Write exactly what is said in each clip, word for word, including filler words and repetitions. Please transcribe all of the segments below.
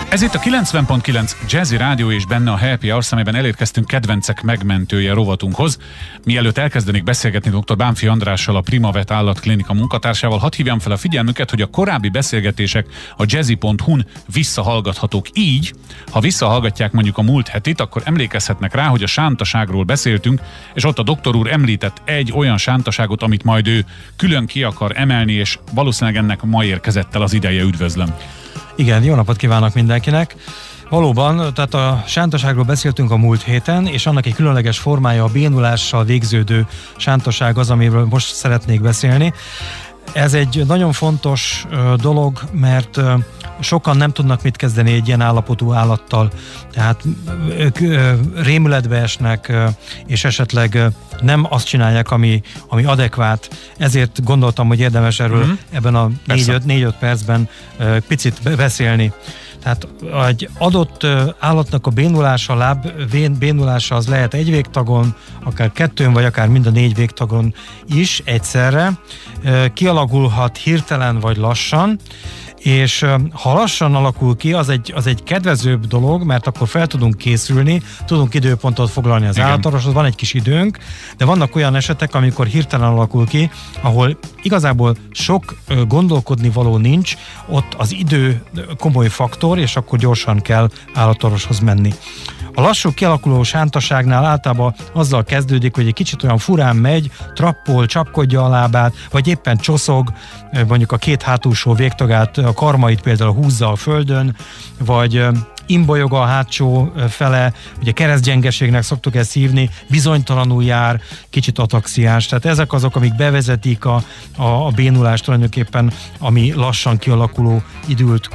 Ez itt a kilencven pont kilenc Jazzy Rádió és benne a Happy Hour, amelyben elérkeztünk kedvencek megmentője rovatunkhoz. Mielőtt elkezdenék beszélgetni dr. Bánfi Andrással, a Primavet állatklinika munkatársával, hadd hívjam fel a figyelmüket, hogy a korábbi beszélgetések a jazzy pont hu-n visszahallgathatók. Így, ha visszahallgatják mondjuk a múlt hetit, akkor emlékezhetnek rá, hogy a sántaságról beszéltünk, és ott a doktor úr említett egy olyan sántaságot, amit majd ő külön ki akar emelni, és valószínűleg ennek ma érkezett el az ideje. Üdvözlöm! Igen, jó napot kívánok mindenkinek! Valóban, tehát a sántaságról beszéltünk a múlt héten, és annak egy különleges formája a bénulással végződő sántaság az, amiről most szeretnék beszélni. Ez egy nagyon fontos uh, dolog, mert uh, sokan nem tudnak mit kezdeni egy ilyen állapotú állattal, tehát ők uh, rémületbe esnek, uh, és esetleg uh, nem azt csinálják, ami, ami adekvát. Ezért gondoltam, hogy érdemes erről mm-hmm. ebben a négy-öt percben uh, picit beszélni. Tehát egy adott állatnak a bénulása, láb bénulása az lehet egy végtagon, akár kettőn, vagy akár mind a négy végtagon is egyszerre. Kialakulhat hirtelen vagy lassan, és ha lassan alakul ki, az egy, az egy kedvezőbb dolog, mert akkor fel tudunk készülni, tudunk időpontot foglalni az állatorvoshoz, van egy kis időnk, de vannak olyan esetek, amikor hirtelen alakul ki, ahol igazából sok gondolkodni való nincs, ott az idő komoly faktor, és akkor gyorsan kell állatorvoshoz menni. A lassú kialakuló sántaságnál általában azzal kezdődik, hogy egy kicsit olyan furán megy, trappol, csapkodja a lábát, vagy éppen csoszog, mondjuk a két hátulsó végtagát, a karmait például húzza a földön, vagy imbolyog a hátsó fele, ugye keresztgyengeségnek szoktuk ezt hívni, bizonytalanul jár, kicsit ataxiás. Tehát ezek azok, amik bevezetik a, a, a bénulást tulajdonképpen, ami lassan kialakuló idült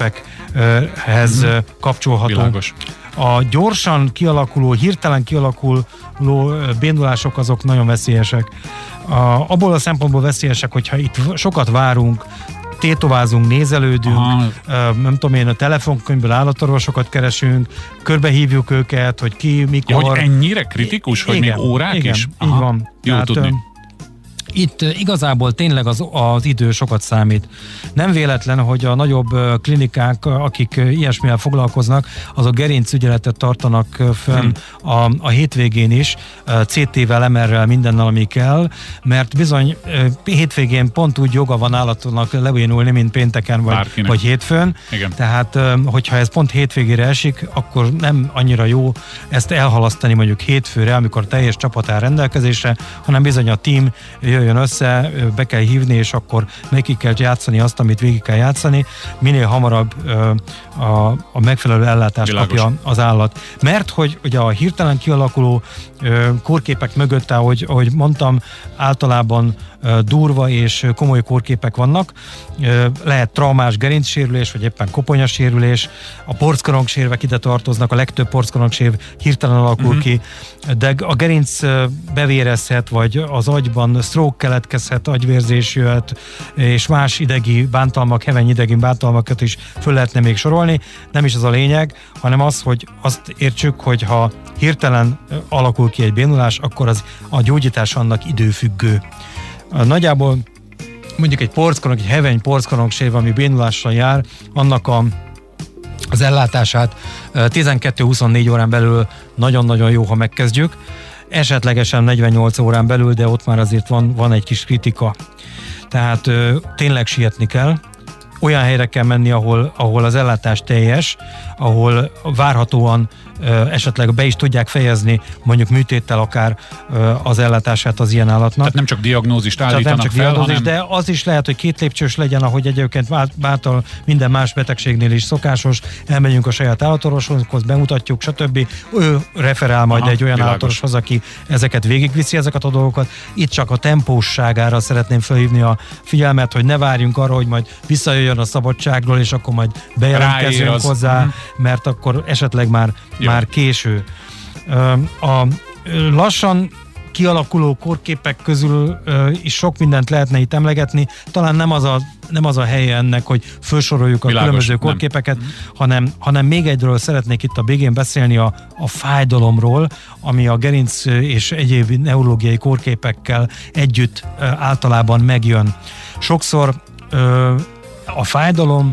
kórképekhez mm-hmm. kapcsolható. Világos. A gyorsan kialakuló, hirtelen kialakuló bénulások azok nagyon veszélyesek. A, abból a szempontból veszélyesek, hogyha itt sokat várunk, tétovázunk, nézelődünk, Aha. nem tudom én, a telefonkönyvből állatorvosokat keresünk, körbehívjuk őket, hogy ki, mikor. Ja, hogy ennyire kritikus, hogy igen, még órák igen, is? Aha. Így van. Jó Tehát, tudni. Itt igazából tényleg az, az idő sokat számít. Nem véletlen, hogy a nagyobb klinikák, akik ilyesmivel foglalkoznak, azok gerincügyeletet tartanak fönn hmm. a, a hétvégén is, cé té-vel, em er-rel, mindennel, ami kell, mert bizony hétvégén pont úgy joga van állatnak lebénulni, mint pénteken vagy, vagy hétfőn. Igen. Tehát, hogyha ez pont hétvégére esik, akkor nem annyira jó ezt elhalasztani mondjuk hétfőre, amikor teljes csapat áll rendelkezésre, hanem bizony a tím jöjjön össze, be kell hívni, és akkor neki kell játszani azt, amit végig kell játszani, minél hamarabb ö, a, a megfelelő ellátást Világos. Kapja az állat. Mert hogy ugye a hirtelen kialakuló ö, kórképek mögött, ahogy, ahogy mondtam, általában ö, durva és komoly kórképek vannak. Ö, lehet traumás gerincsérülés, vagy éppen koponyasérülés, a porckorongcsérvek ide tartoznak, a legtöbb porckorongcsév hirtelen alakul uh-huh. ki, de a gerinc bevérezhet, vagy az agyban stroke keletkezhet, agyvérzés jöhet, és más idegi bántalmak, heveny idegi bántalmakat is föl lehetne még sorolni. Nem is az a lényeg, hanem az, hogy azt értsük, hogy ha hirtelen alakul ki egy bénulás, akkor az a gyógyítás annak időfüggő. Nagyjából mondjuk egy porckorong, egy heveny porckorongcsév, ami bénulással jár, annak a az ellátását tizenkettő-huszonnégy órán belül nagyon-nagyon jó, ha megkezdjük. Esetlegesen negyvennyolc órán belül, de ott már azért van, van egy kis kritika. Tehát ö, tényleg sietni kell. Olyan helyre kell menni, ahol, ahol az ellátás teljes, ahol várhatóan ö, esetleg be is tudják fejezni, mondjuk műtéttel akár ö, az ellátását az ilyen állatnak. Tehát nem csak diagnózist állítanak nem csak fel, diagnózis, hanem... de az is lehet, hogy két lépcsős legyen, ahogy egyébként bártal minden más betegségnél is szokásos. Elmegyünk a saját állatorvoshoz, bemutatjuk, stb. Ő referál majd Aha, egy olyan állatorvoshoz, aki ezeket végigviszi, ezeket a dolgokat. Itt csak a tempósságára szeretném felhívni a figyelmet, hogy ne várjunk arra, hogy majd visszajöjjön a szabadságról, és akkor majd bejelentkezünk hozzá, mm. mert akkor esetleg már, már késő. A lassan kialakuló kórképek közül is sok mindent lehetne itt emlegetni. Talán nem az a, nem az a helye ennek, hogy felsoroljuk a Világos, különböző kórképeket, hanem, hanem még egyről szeretnék itt a végén beszélni, a, a fájdalomról, ami a gerinc és egyéb neurológiai kórképekkel együtt általában megjön. Sokszor a fájdalom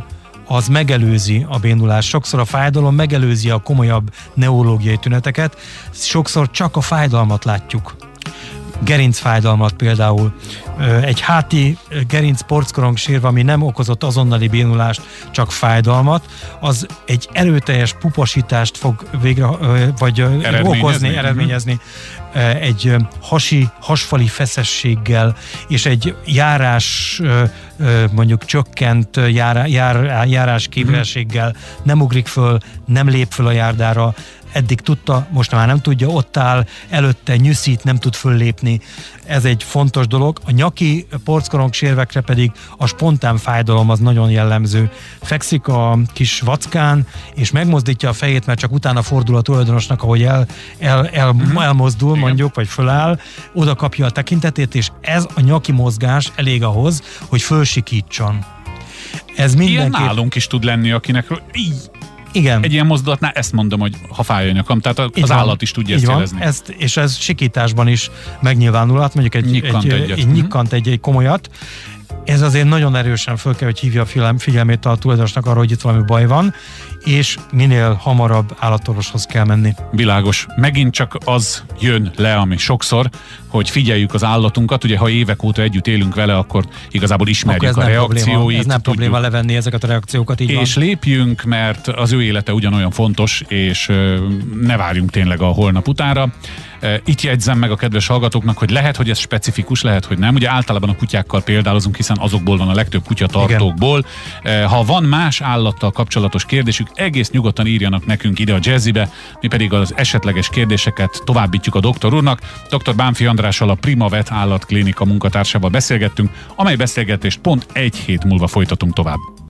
az megelőzi a bénulást. Sokszor a fájdalom megelőzi a komolyabb neurológiai tüneteket, sokszor csak a fájdalmat látjuk. Gerincfájdalmat például. Egy háti gerinc porckorong sérve, ami nem okozott azonnali bénulást, csak fájdalmat, az egy erőteljes puposítást fog végre, vagy eredményezni. okozni, eredményezni egy hasi, hasfali feszességgel, és egy járás, mondjuk csökkent jár, jár, járás képességgel, nem ugrik föl, nem lép föl a járdára, eddig tudta, most már nem tudja, ott áll, előtte nyűszít, nem tud föllépni. Ez egy fontos dolog. A nyaki porckorong sérvekre pedig a spontán fájdalom az nagyon jellemző. Fekszik a kis vackán, és megmozdítja a fejét, mert csak utána fordul a tulajdonosnak, ahogy el, el, el, mm-hmm. elmozdul, igen, mondjuk, vagy föláll, oda kapja a tekintetét, és ez a nyaki mozgás elég ahhoz, hogy fölsikítson. Ez mindenképp... Ilyen nálunk is tud lenni, akinek így igen. Egy ilyen mozdulatnál ezt mondom, hogy ha fáj a nyakam, tehát az van, állat is tudja ezt jelezni. Ezt, és ez sikításban is megnyilvánulhat, mondjuk egy, nyikkant egy, egy, nyikkant egy, egy komolyat. Ez azért nagyon erősen föl kell, hogy hívja a figyelmét a tulajdonosnak arra, hogy itt valami baj van, és minél hamarabb állatorvoshoz kell menni. Világos. Megint csak az jön le, ami sokszor, hogy figyeljük az állatunkat, ugye ha évek óta együtt élünk vele, akkor igazából ismerjük akkor a reakcióit. Probléma. Ez nem tudjuk, probléma levenni ezeket a reakciókat, így és van. lépjünk, mert az ő élete ugyanolyan fontos, és ne várjunk tényleg a holnap utára. Itt jegyzem meg a kedves hallgatóknak, hogy lehet, hogy ez specifikus, lehet, hogy nem. Ugye általában a kutyákkal példálozunk, hiszen azokból van a legtöbb kutyatartókból. Igen. Ha van más állattal kapcsolatos kérdésük, egész nyugodtan írjanak nekünk ide a Jazzybe, mi pedig az esetleges kérdéseket továbbítjuk a doktor úrnak. doktor Bánffy Andrással, a Primavet állatklinika munkatársával beszélgettünk, amely beszélgetést pont egy hét múlva folytatunk tovább.